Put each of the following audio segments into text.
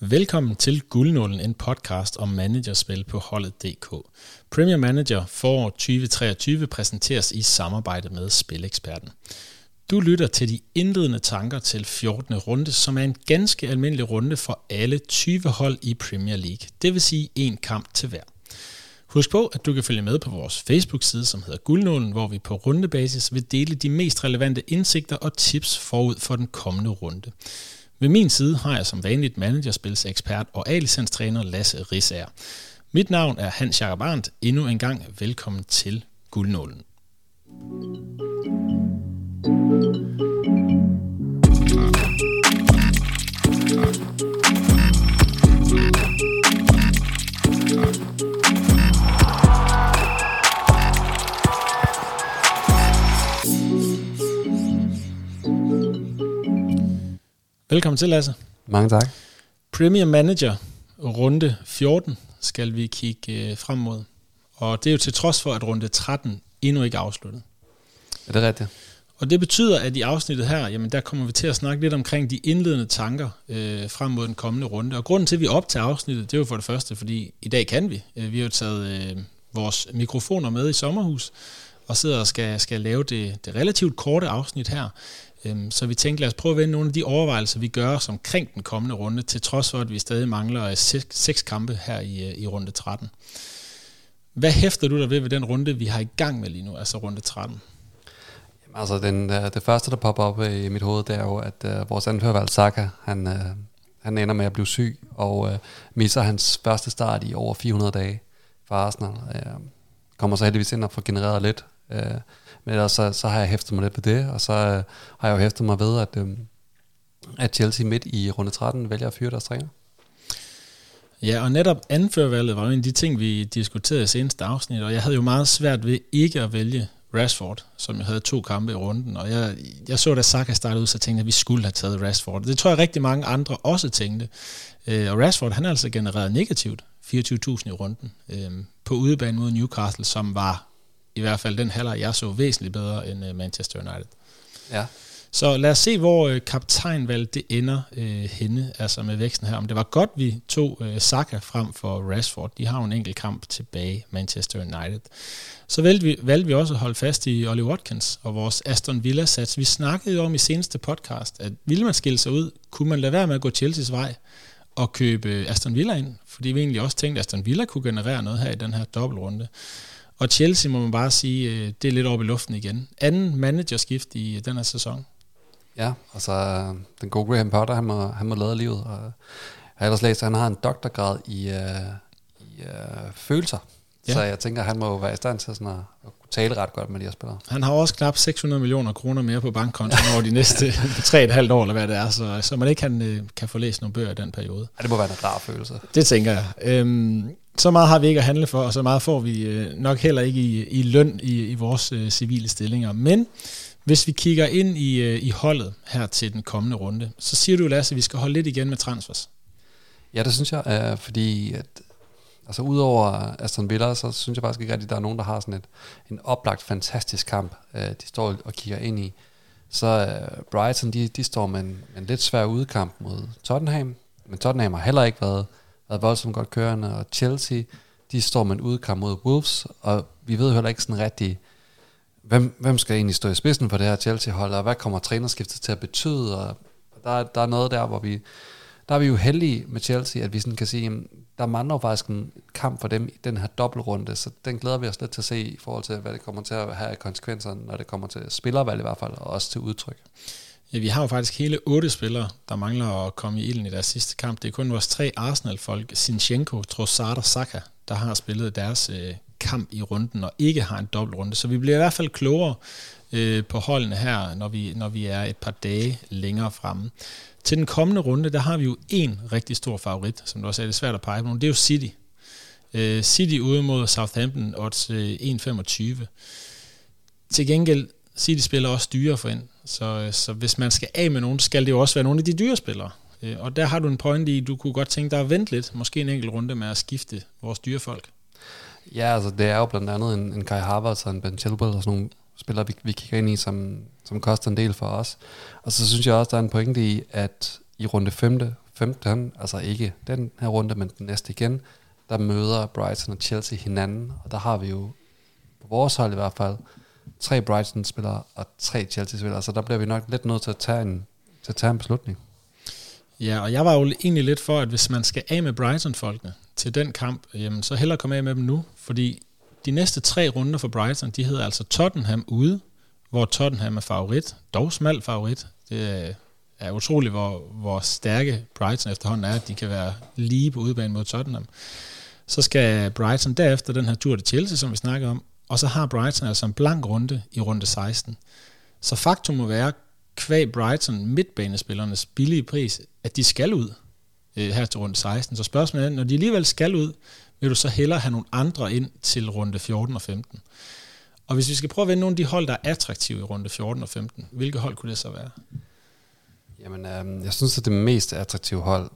Velkommen til Guldnålen, en podcast om managerspil på holdet.dk. Premier Manager forår 2023 præsenteres i samarbejde med Spileksperten. Du lytter til de indledende tanker til 14. runde, som er en ganske almindelig runde for alle 20 hold i Premier League. Det vil sige en kamp til hver. Husk på, at du kan følge med på vores Facebook-side, som hedder Guldnålen, hvor vi på rundebasis vil dele de mest relevante indsigter og tips forud for den kommende runde. Ved min side har jeg som vanligt managerspilsekspert og A-licenstræner Lasse Risager. Mit navn er Hans Jakob Arndt. Endnu en gang velkommen til Guldnålen. Velkommen til, Lasse. Mange tak. Premier Manager, runde 14, skal vi kigge frem mod. Og det er jo til trods for, at runde 13 endnu ikke er afsluttet. Er det rigtigt? Og det betyder, at i afsnittet her, jamen der kommer vi til at snakke lidt omkring de indledende tanker frem mod den kommende runde. Og grunden til, at vi optager afsnittet, det er jo for det første, fordi i dag kan vi. Vi har jo taget vores mikrofoner med i sommerhus, og sidder og skal lave det relativt korte afsnit her. Så vi tænkte, lad os prøve at vende nogle af de overvejelser, vi gør omkring den kommende runde, til trods for, at vi stadig mangler 6 kampe her i runde 13. Hvad hæfter du der ved den runde, vi har i gang med lige nu, altså runde 13? Jamen, altså det første, der popper op i mit hoved, det er jo, at vores anfører Saka, han ender med at blive syg, og misser hans første start i over 400 dage for Arsenal. Kommer så heldigvis ind og får genereret lidt. Men ellers så har jeg hæftet mig lidt på det, og så har jeg jo hæftet mig ved, at Chelsea midt i runde 13 vælger at fyre deres træner. Ja, og netop anførvalget var jo en af de ting, vi diskuterede i seneste afsnit, og jeg havde jo meget svært ved ikke at vælge Rashford, som jeg havde 2 kampe i runden, og jeg så, da Saka startede ud, så tænkte jeg, at vi skulle have taget Rashford. Det tror jeg rigtig mange andre også tænkte. Og Rashford, han har altså genereret negativt 24.000 i runden på udebane mod Newcastle, som var i hvert fald den halvleg, jeg så væsentligt bedre end Manchester United. Ja. Så lad os se, hvor kaptajnvalget det ender henne, altså med væksten her. Om det var godt, vi tog Saka frem for Rashford. De har jo en enkelt kamp tilbage, Manchester United. Så valgte vi også at holde fast i Ollie Watkins og vores Aston Villa-sats. Vi snakkede jo om i seneste podcast, at ville man skille sig ud, kunne man lade være med at gå Chelseas vej og købe Aston Villa ind, fordi vi egentlig også tænkte, at Aston Villa kunne generere noget her i den her dobbeltrunde. Og Chelsea må man bare sige, det er lidt oppe i luften igen. Anden managerskift i den her sæson. Ja, altså den gode Graham Potter, han må lade livet. Og jeg har ellers læst, at han har en doktorgrad i følelser. Ja. Så jeg tænker, at han må være i stand til sådan at tale ret godt med de her spillere. Han har også knap 600 millioner kroner mere på bankkontoen over de næste 3,5 år, eller hvad det er. Så man ikke kan få læst nogle bøger i den periode. Ja, det må være en rar følelse. Det tænker jeg. Så meget har vi ikke at handle for, og så meget får vi nok heller ikke i løn i vores civile stillinger. Men hvis vi kigger ind i holdet her til den kommende runde, så siger du, Lasse, at vi skal holde lidt igen med transfers. Ja, det synes jeg, fordi at, altså udover Aston Villa, så synes jeg faktisk ikke rigtig, at der er nogen, der har sådan en oplagt fantastisk kamp, de står og kigger ind i. Så Brighton, de står med en lidt svær udekamp mod Tottenham, men Tottenham har heller ikke været voldsomt godt kørende, og Chelsea, de står med en udkamp mod Wolves, og vi ved heller ikke sådan rigtig, hvem skal egentlig stå i spidsen for det her Chelsea-hold, og hvad kommer trænerskiftet til at betyde, og der er noget der, hvor der er vi jo heldige med Chelsea, at vi sådan kan sige, at der mangler faktisk en kamp for dem i den her dobbeltrunde, så den glæder vi os lidt til at se i forhold til, hvad det kommer til at have af konsekvenser, når det kommer til spillervalg i hvert fald, og også til udtryk. Ja, vi har jo faktisk hele 8 spillere, der mangler at komme i ilden i deres sidste kamp. Det er kun vores 3 Arsenal-folk, Zinchenko, Trossard og Saka, der har spillet deres kamp i runden og ikke har en dobbeltrunde. Så vi bliver i hvert fald klogere på holdene her, når vi er et par dage længere fremme. Til den kommende runde, der har vi jo en rigtig stor favorit, som du også er lidt svært at pege på, det er jo City. City ude mod Southampton, odds 1,25. Til gengæld, City spiller også dyre for ind, så hvis man skal af med nogen, skal det jo også være nogle af de dyre spillere. Og der har du en point i, du kunne godt tænke dig at vente lidt, måske en enkelt runde med at skifte vores dyre folk. Ja, altså det er jo blandt andet en Kai Havertz og en Ben Chilwell og sådan nogle spillere, vi kigger ind i, som koster en del for os. Og så synes jeg også, der er en pointe i, at i runde 15, altså ikke den her runde, men den næste igen, der møder Brighton og Chelsea hinanden, og der har vi jo på vores hold i hvert fald 3 Brighton-spillere og 3 Chelsea-spillere, så der bliver vi nok lidt nødt til at tage en beslutning. Ja, og jeg var jo egentlig lidt for, at hvis man skal af med Brighton-folkene til den kamp, jamen, så hellere komme af med dem nu, fordi de næste 3 runder for Brighton, de hedder altså Tottenham ude, hvor Tottenham er favorit, dog smal favorit. Det er utroligt, hvor stærke Brighton efterhånden er, at de kan være lige på udebane mod Tottenham. Så skal Brighton derefter den her tur til Chelsea, som vi snakker om, og så har Brighton altså en blank runde i runde 16. Så faktum må være, kvæg Brighton midtbanespillernes billige pris, at de skal ud her til runde 16. Så spørgsmålet er, når de alligevel skal ud, vil du så hellere have nogle andre ind til runde 14 og 15. Og hvis vi skal prøve at vende nogle af de hold, der er attraktive i runde 14 og 15, hvilke hold kunne det så være? Jamen, jeg synes, at det mest attraktive hold,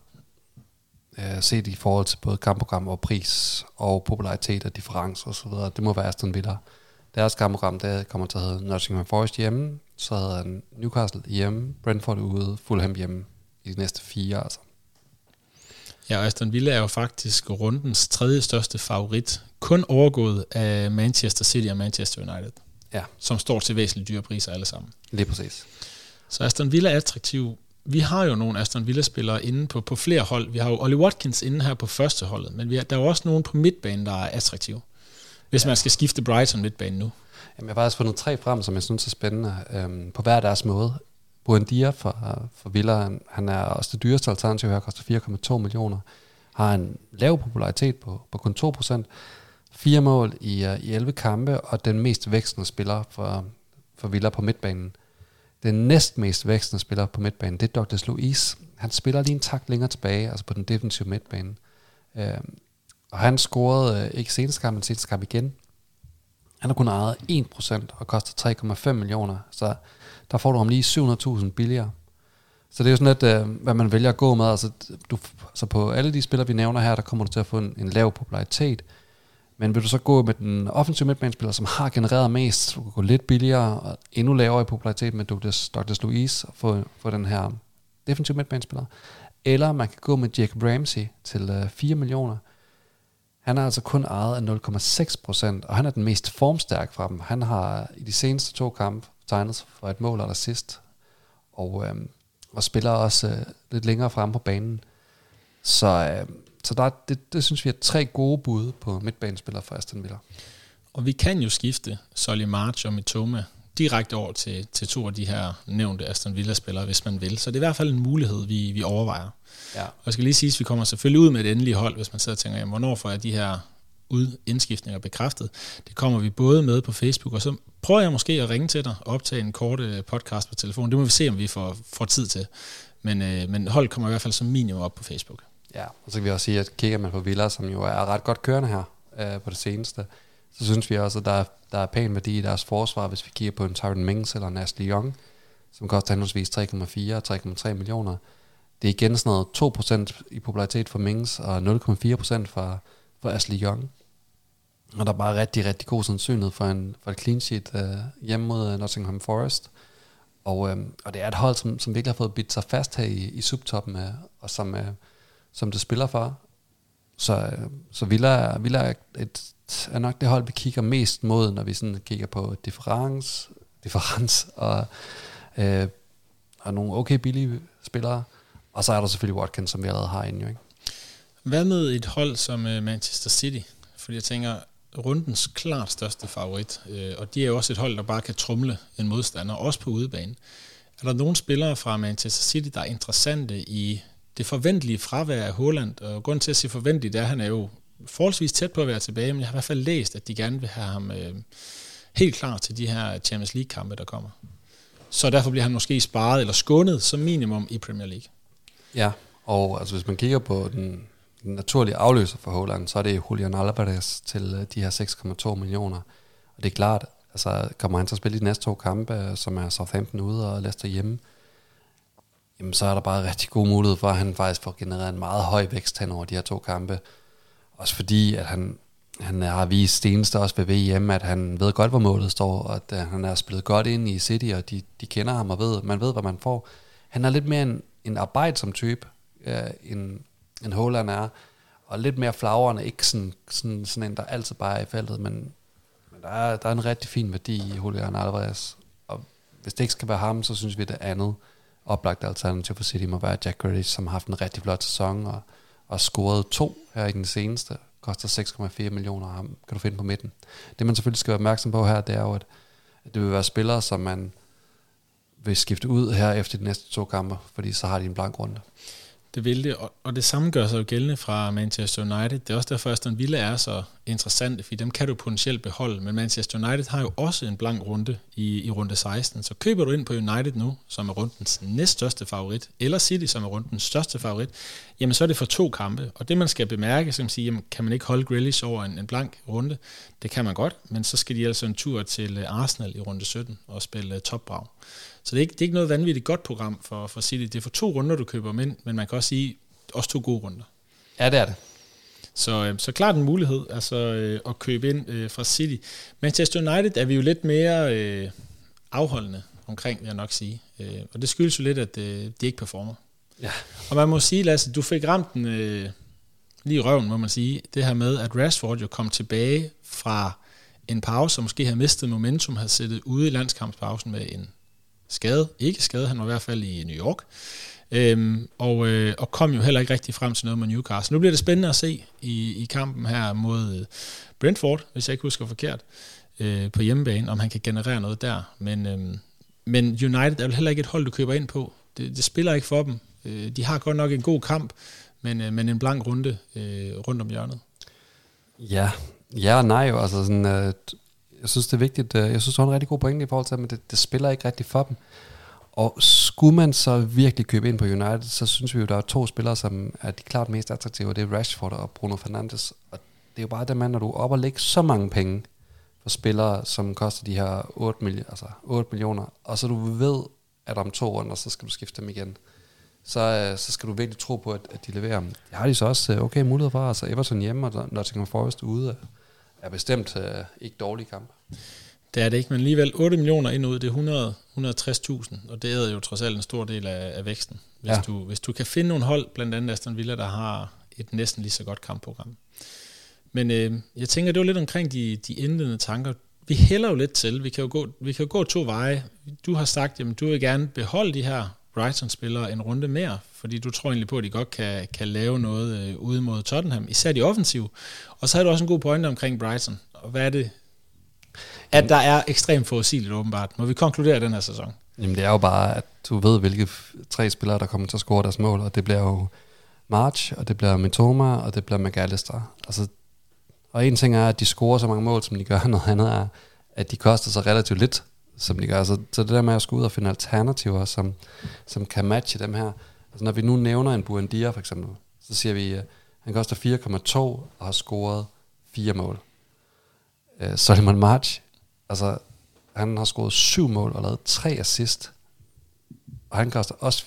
set i forhold til både kampprogram og pris og popularitet og difference og så videre, det må være Aston Villa. Deres kampprogram, det kommer til at hedde Nottingham Forest hjemme, så hedder Newcastle hjemme, Brentford ude, Fulham hjemme i de næste 4, altså. Ja, og Aston Villa er jo faktisk rundens 3. største favorit, kun overgået af Manchester City og Manchester United, ja, som står til væsentligt dyre priser alle sammen. Lige præcis. Så Aston Villa er attraktiv. Vi har jo nogle Aston Villa-spillere inde på flere hold. Vi har jo Ollie Watkins inde her på første holdet, men der er jo også nogen på midtbanen, der er attraktive, hvis man skal skifte Brighton midtbanen nu. Jamen, jeg har faktisk fundet 3 frem, som jeg synes er spændende, på hver deres måde. Buendia for Villa, han er også det dyreste alternativ her, koster 4,2 millioner. Har en lav popularitet på kun 2%. 4 mål i 11 kampe, og den mest vækstende spiller for Villa på midtbanen. Den næstmest vækstende spiller på midtbanen, det er Douglas Luiz. Han spiller lige en takt længere tilbage, altså på den defensive midtbane. Og han scorede ikke seneste kamp, men seneste kamp igen. Han har kun ejet 1% og koster 3,5 millioner, så der får du ham lige 700.000 billigere. Så det er jo sådan lidt, hvad man vælger at gå med. Altså, så på alle de spillere, vi nævner her, der kommer du til at få en lav popularitet. Men vil du så gå med den offensive midtbanespiller, som har genereret mest, du kan gå lidt billigere og endnu lavere i popularitet med Douglas Luiz og få den her defensive midtbanespiller. Eller man kan gå med Jacob Ramsey til 4 millioner. Han har altså kun ejet af 0,6%, og han er den mest formstærke fra dem. Han har i de seneste 2 kampe tegnet for et mål eller sidst, og spiller også lidt længere frem på banen. Så der, det synes vi er 3 gode bud på midtbanespillere for Aston Villa. Og vi kan jo skifte Solly March og Mitoma direkte over til 2 af de her nævnte Aston Villa-spillere, hvis man vil. Så det er i hvert fald en mulighed, vi overvejer. Ja. Og jeg skal lige sige, at vi kommer selvfølgelig ud med et endeligt hold, hvis man sidder og tænker, jamen, hvornår får jeg de her indskiftninger bekræftet. Det kommer vi både med på Facebook, og så prøver jeg måske at ringe til dig og optage en kort podcast på telefon. Det må vi se, om vi får tid til. Men hold kommer i hvert fald som minimum op på Facebook. Ja, og så kan vi også sige, at kigger man på Villa, som jo er ret godt kørende her på det seneste, så synes vi også, at der er pæn værdi i deres forsvar, hvis vi kigger på en Tyrone Mings eller en Ashley Young, som koster henholdsvis 3,4 og 3,3 millioner. Det er igen sådan noget 2% i popularitet for Mings og 0,4% for Ashley Young. Og der er bare rigtig, rigtig god sandsynlighed for et clean sheet hjemme mod Nottingham Forest. Og det er et hold, som virkelig har fået bidt sig fast her i subtoppen, og som det spiller for. Så Villa er nok det hold, vi kigger mest mod, når vi sådan kigger på difference og nogle okay billige spillere. Og så er der selvfølgelig Watkins, som vi allerede har inde, jo, ikke? Hvad med et hold som Manchester City? Fordi jeg tænker, rundens klart største favorit, og de er jo også et hold, der bare kan trumle en modstander, også på udebane. Er der nogle spillere fra Manchester City, der er interessante i det forventelige fravær af Haaland? Og grunden til at sige forventeligt, er, at han er jo forholdsvis tæt på at være tilbage, men jeg har i hvert fald læst, at de gerne vil have ham helt klar til de her Champions League-kampe, der kommer. Så derfor bliver han måske sparet eller skånet som minimum i Premier League. Ja, og altså, hvis man kigger på den naturlige afløser for Haaland, så er det Julian Alvarez til de her 6,2 millioner. Og det er klart, altså kommer han til at spille de næste 2 kampe, som er Southampton ude og Leicester hjemme, jamen så er der bare rigtig god mulighed for, at han faktisk får genereret en meget høj vækst hen over de her 2 kampe. Også fordi, at han har vist seneste også ved VM, at han ved godt, hvor målet står, og at han er spillet godt ind i City, og de kender ham, og man ved, hvad man får. Han er lidt mere en arbejdsom type, en Haaland er, og lidt mere flagrende, ikke sådan en, der altid bare er i feltet, men der er en rigtig fin værdi i Julian Alvarez, og hvis det ikke skal være ham, så synes vi, det andet oplagte alternativ for City må være Jack Grealish, som har haft en rigtig flot sæson, og scoret 2 her i den seneste, koster 6,4 millioner, ham kan du finde på midten. Det man selvfølgelig skal være opmærksom på her, det er jo, at det vil være spillere, som man vil skifte ud her efter de næste 2 kampe, fordi så har de en blank runde. Det vil det, og det samme gør sig jo gældende fra Manchester United. Det er også derfor, at Aston Villa er så interessant, fordi dem kan du potentielt beholde, men Manchester United har jo også en blank runde i runde 16, så køber du ind på United nu, som er rundens næststørste favorit, eller City, som er rundens største favorit, jamen så er det for 2 kampe, og det man skal bemærke, så kan man sige, jamen, kan man ikke holde Grealish over en blank runde? Det kan man godt, men så skal de altså en tur til Arsenal i runde 17 og spille topbrag. Så det er ikke noget vanvittigt godt program for City. Det er for 2 runder, du køber dem ind, men man kan også sige, også 2 gode runder. Ja, det er det. Så klart en mulighed altså, at købe ind fra City. Manchester United er vi jo lidt mere afholdende omkring, vil jeg nok sige. Og det skyldes jo lidt, at de ikke performer. Ja. Og man må sige, Lasse, du fik ramt den lige i røven, må man sige. Det her med, at Rashford jo kom tilbage fra en pause, og måske havde mistet momentum, havde siddet ude i landskampspausen med en skade. Ikke skade, han var i hvert fald i New York. Og kom jo heller ikke rigtig frem til noget med Newcastle. Nu bliver det spændende at se i kampen her mod Brentford, hvis jeg ikke husker forkert, på hjemmebane, om han kan generere noget der. Men United er vel heller ikke et hold, du køber ind på. Det spiller ikke for dem. De har godt nok en god kamp, men en blank runde rundt om hjørnet. Ja og nej jo. Altså sådan, jeg synes, det er vigtigt. Jeg synes, du har en rigtig god pointe i forhold til, men det spiller ikke rigtig for dem. Og skulle man så virkelig købe ind på United, så synes vi jo, der er 2 spillere, som er de klart mest attraktive, og det er Rashford og Bruno Fernandes. Og det er jo bare det, når du er oppe og lægger så mange penge for spillere, som koster de her 8 millioner, og så du ved, at om 2 runder, så skal du skifte dem igen. Så skal du virkelig tro på, at de leverer. Det har de så også okay mulighed for. Altså Everton hjemme og Nottingham Forest ude er bestemt ikke dårlige kamp. Det er det ikke, men alligevel 8 millioner ind ud, det er 160.000, og det er jo trods alt en stor del af væksten. Hvis du kan finde nogle hold, blandt andet Aston Villa, der har et næsten lige så godt kampprogram. Men jeg tænker, det var lidt omkring de indledende tanker. Vi hælder jo lidt til, vi kan jo gå 2 veje. Du har sagt, at du vil gerne beholde de her Brighton-spillere en runde mere, fordi du tror egentlig på, at de godt kan lave noget ude mod Tottenham, især de offensive. Og så har du også en god pointe omkring Brighton. Og hvad er det? At der er ekstremt forudsigeligt åbenbart. Må vi konkludere den her sæson? Jamen det er jo bare, at du ved, hvilke 3 spillere, der kommer til at score deres mål, og det bliver jo March, og det bliver Mitoma, og det bliver McAllister. Altså, og en ting er, at de scorer så mange mål, som de gør, noget andet er, at de koster så relativt lidt, som de gør. Så det der med at skulle ud og finde alternativer, som kan matche dem her. Altså når vi nu nævner en Buendia for eksempel, så siger vi, at han koster 4,2 og har scoret 4 mål. Solomon March, altså han har scoret 7 mål og lavet 3 assist, og han koster også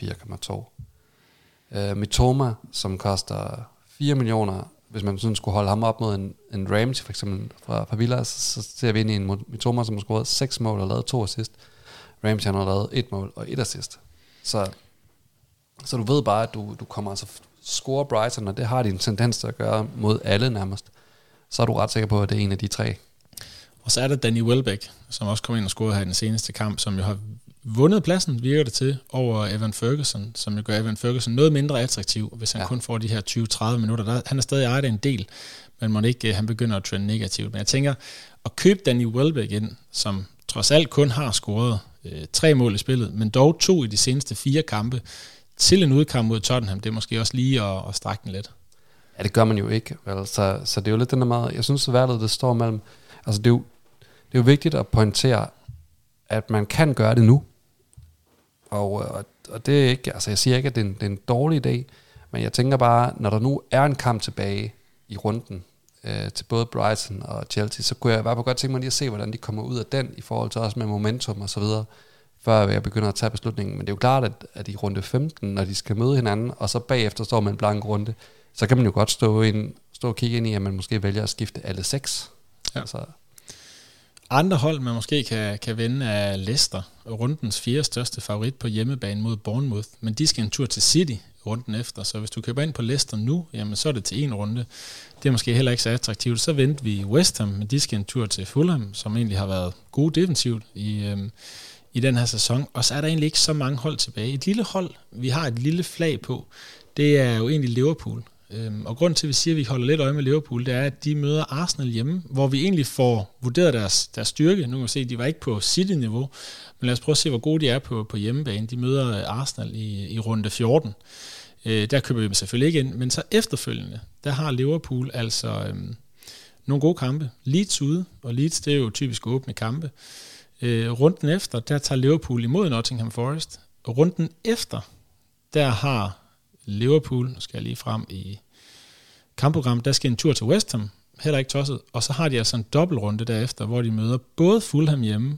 4,2. Mitoma, som koster 4 millioner, hvis man sådan skulle holde ham op mod en Ramsey for eksempel fra Villa, så ser vi ind i en Mitoma, som har scoret 6 mål og lavet 2 assist. Ramsey han har lavet 1 mål og 1 assist. Så du ved bare, at du kommer altså score Brighton, og det har de en tendens til at gøre mod alle nærmest. Så er du ret sikker på, at det er en af de 3. Og så er der Danny Welbeck, som også kom ind og scorede her i den seneste kamp, som jo har vundet pladsen, virker det til, over Evan Ferguson, som jo gør Evan Ferguson noget mindre attraktiv, hvis han kun får de her 20-30 minutter. Han er stadig ejet en del, men må ikke, han begynder at trende negativt. Men jeg tænker, at købe Danny Welbeck ind, som trods alt kun har scoret 3 mål i spillet, men dog 2 i de seneste 4 kampe, til en udkamp mod Tottenham, det er måske også lige at strække den lidt. Ja, det gør man jo ikke. Vel? Så det er jo lidt den der meget, jeg synes, at værlet, det står mellem, altså det er jo vigtigt at pointere, at man kan gøre det nu. Og det er ikke, altså jeg siger ikke, at det er en dårlig idé, men jeg tænker bare, når der nu er en kamp tilbage i runden til både Brighton og Chelsea, så kunne jeg bare godt tænke mig lige at se, hvordan de kommer ud af den, i forhold til også med momentum og så videre, før jeg begynder at tage beslutningen. Men det er jo klart, at i runde 15, når de skal møde hinanden, og så bagefter står man en blank runde, så kan man jo godt stå og kigge ind i, at man måske vælger at skifte alle 6. Ja. Altså. Andre hold, man måske kan vinde, er Leicester, rundens 4. største favorit på hjemmebane mod Bournemouth, men de skal en tur til City, runden efter. Så hvis du køber ind på Leicester nu, jamen så er det til en runde. Det er måske heller ikke så attraktivt. Så venter vi West Ham, men de skal en tur til Fulham, som egentlig har været gode defensivt i den her sæson. Og så er der egentlig ikke så mange hold tilbage. Et lille hold, vi har et lille flag på, det er jo egentlig Liverpool. Og grunden til, at vi siger, at vi holder lidt øje med Liverpool, det er, at de møder Arsenal hjemme, hvor vi egentlig får vurderet deres styrke. Nu kan vi se, at de var ikke på City-niveau, men lad os prøve at se, hvor gode de er på hjemmebane. De møder Arsenal i runde 14. Der køber vi dem selvfølgelig ikke ind, men så efterfølgende, der har Liverpool altså nogle gode kampe. Leeds ude, og Leeds, det er jo typisk åbne kampe. Runden efter, der tager Liverpool imod Nottingham Forest. Og runden efter, der har Liverpool, nu skal jeg lige frem i kampprogrammet, der skal en tur til West Ham, heller ikke tosset, og så har de altså en dobbeltrunde derefter, hvor de møder både Fulham hjemme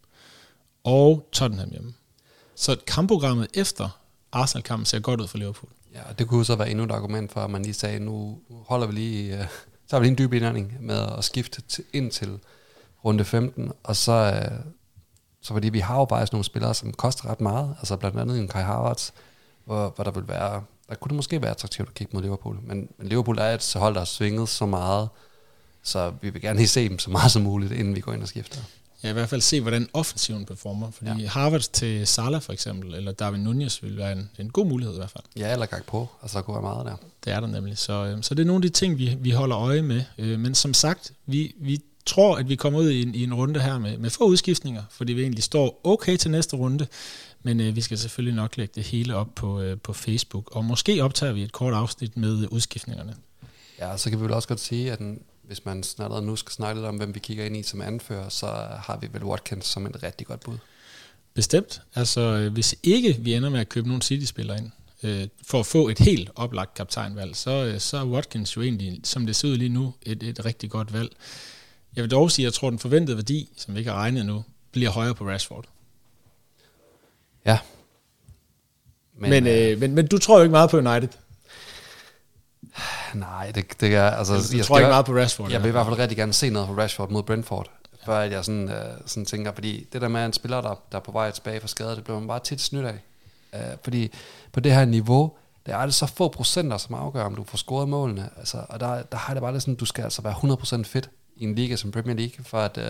og Tottenham hjemme. Så kampprogrammet efter Arsenal-kampen ser godt ud for Liverpool. Ja, det kunne så være endnu et argument for, at man lige sagde, nu holder vi lige, så har vi lige en dyb indånding med at skifte ind til runde 15, og så fordi vi har jo bare sådan nogle spillere, som koster ret meget, altså blandt andet en Kai Havertz, hvor der vil være, der kunne det måske være attraktivt at kigge mod Liverpool, men Liverpool er et hold, der har svinget så meget, så vi vil gerne lige se dem så meget som muligt, inden vi går ind og skifter. Ja, i hvert fald se, hvordan offensiven performer, fordi Havertz til Salah for eksempel, eller Darwin Nunez vil være en god mulighed i hvert fald. Ja, eller Gakpo, altså der kunne være meget der. Det er der nemlig, så det er nogle af de ting, vi holder øje med, men som sagt, vi tror, at vi kommer ud i en runde her med få udskiftninger, fordi vi egentlig står okay til næste runde, men vi skal selvfølgelig nok lægge det hele op på Facebook, og måske optager vi et kort afsnit med udskiftningerne. Ja, så kan vi vel også godt sige, at hvis man snart nu skal snakke lidt om, hvem vi kigger ind i som anfører, så har vi vel Watkins som et rigtig godt bud. Bestemt. Altså, hvis ikke vi ender med at købe nogle City-spillere ind, for at få et helt oplagt kaptajnvalg, så er Watkins jo egentlig, som det ser ud lige nu, et rigtig godt valg. Jeg vil dog sige, at jeg tror, at den forventede værdi, som vi ikke har regnet nu, bliver højere på Rashford. Ja. Men du tror jo ikke meget på United. Nej, det er... Altså, jeg tror ikke meget på Rashford. Jeg vil i hvert fald rigtig gerne se noget på Rashford mod Brentford, før at jeg sådan tænker, fordi det der med en spiller, der er på vej tilbage fra skade, det bliver man bare tit snydt af. Fordi på det her niveau, der er det så få procenter, som afgør, om du får scoret målene. Altså, og der har det bare lidt sådan, du skal altså være 100% fit i en liga som Premier League,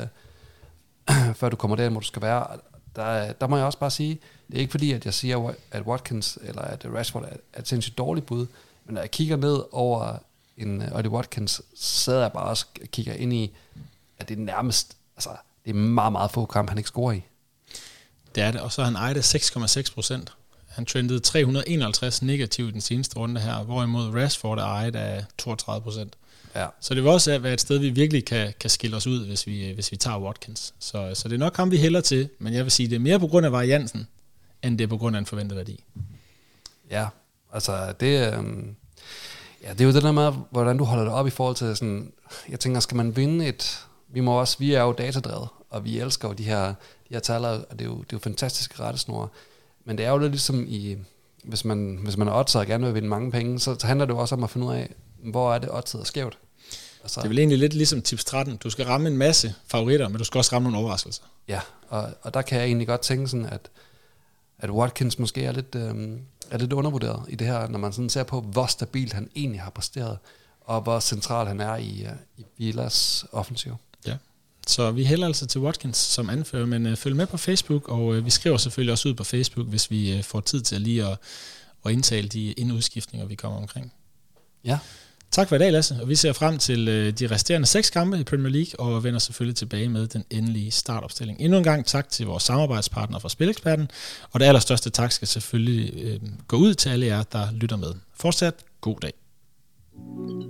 før du kommer derhen, hvor du skal være. Der må jeg også bare sige, det er ikke fordi, at jeg siger, at Watkins eller at Rashford er et sindssygt dårligt bud, men når jeg kigger ned over en Ollie Watkins, så sidder jeg bare også og kigger ind i, at det er nærmest, altså det er meget, meget få kampe, han ikke scorer i. Det er det, og så har han ejet 6,6%. Han trendede 351 negativt i den seneste runde her, hvorimod Rashford er ejet af 32%. Ja. Så det vil også være et sted, vi virkelig kan skille os ud, hvis vi tager Watkins. Så det er nok ham, vi hælder til, men jeg vil sige, det er mere på grund af varianten, end det er på grund af en forventet værdi. Ja, altså det er jo det der med, hvordan du holder det op i forhold til sådan, jeg tænker, skal man vinde vi er jo datadrevet, og vi elsker jo de her taler, og det er jo fantastiske rettesnore, men det er jo lidt ligesom hvis man er oddser og gerne vil vinde mange penge, så handler det jo også om at finde ud af, hvor er det oddset er skævt. Altså, det er vel egentlig lidt ligesom tips 13. Du skal ramme en masse favoritter, men du skal også ramme nogle overraskelser. Ja, og der kan jeg egentlig godt tænke sådan, at Watkins måske er lidt undervurderet i det her, når man sådan ser på, hvor stabilt han egentlig har præsteret, og hvor central han er i Villas offensiv. Ja, så vi hælder altså til Watkins som anfører, men følg med på Facebook, og vi skriver selvfølgelig også ud på Facebook, hvis vi får tid til lige at indtale de indudskiftninger, vi kommer omkring. Ja. Tak for i dag, Lasse, og vi ser frem til de resterende 6 kampe i Premier League, og vender selvfølgelig tilbage med den endelige startopstilling. Endnu en gang tak til vores samarbejdspartner fra Spileksperten, og det allerstørste tak skal selvfølgelig gå ud til alle jer, der lytter med. Fortsat god dag.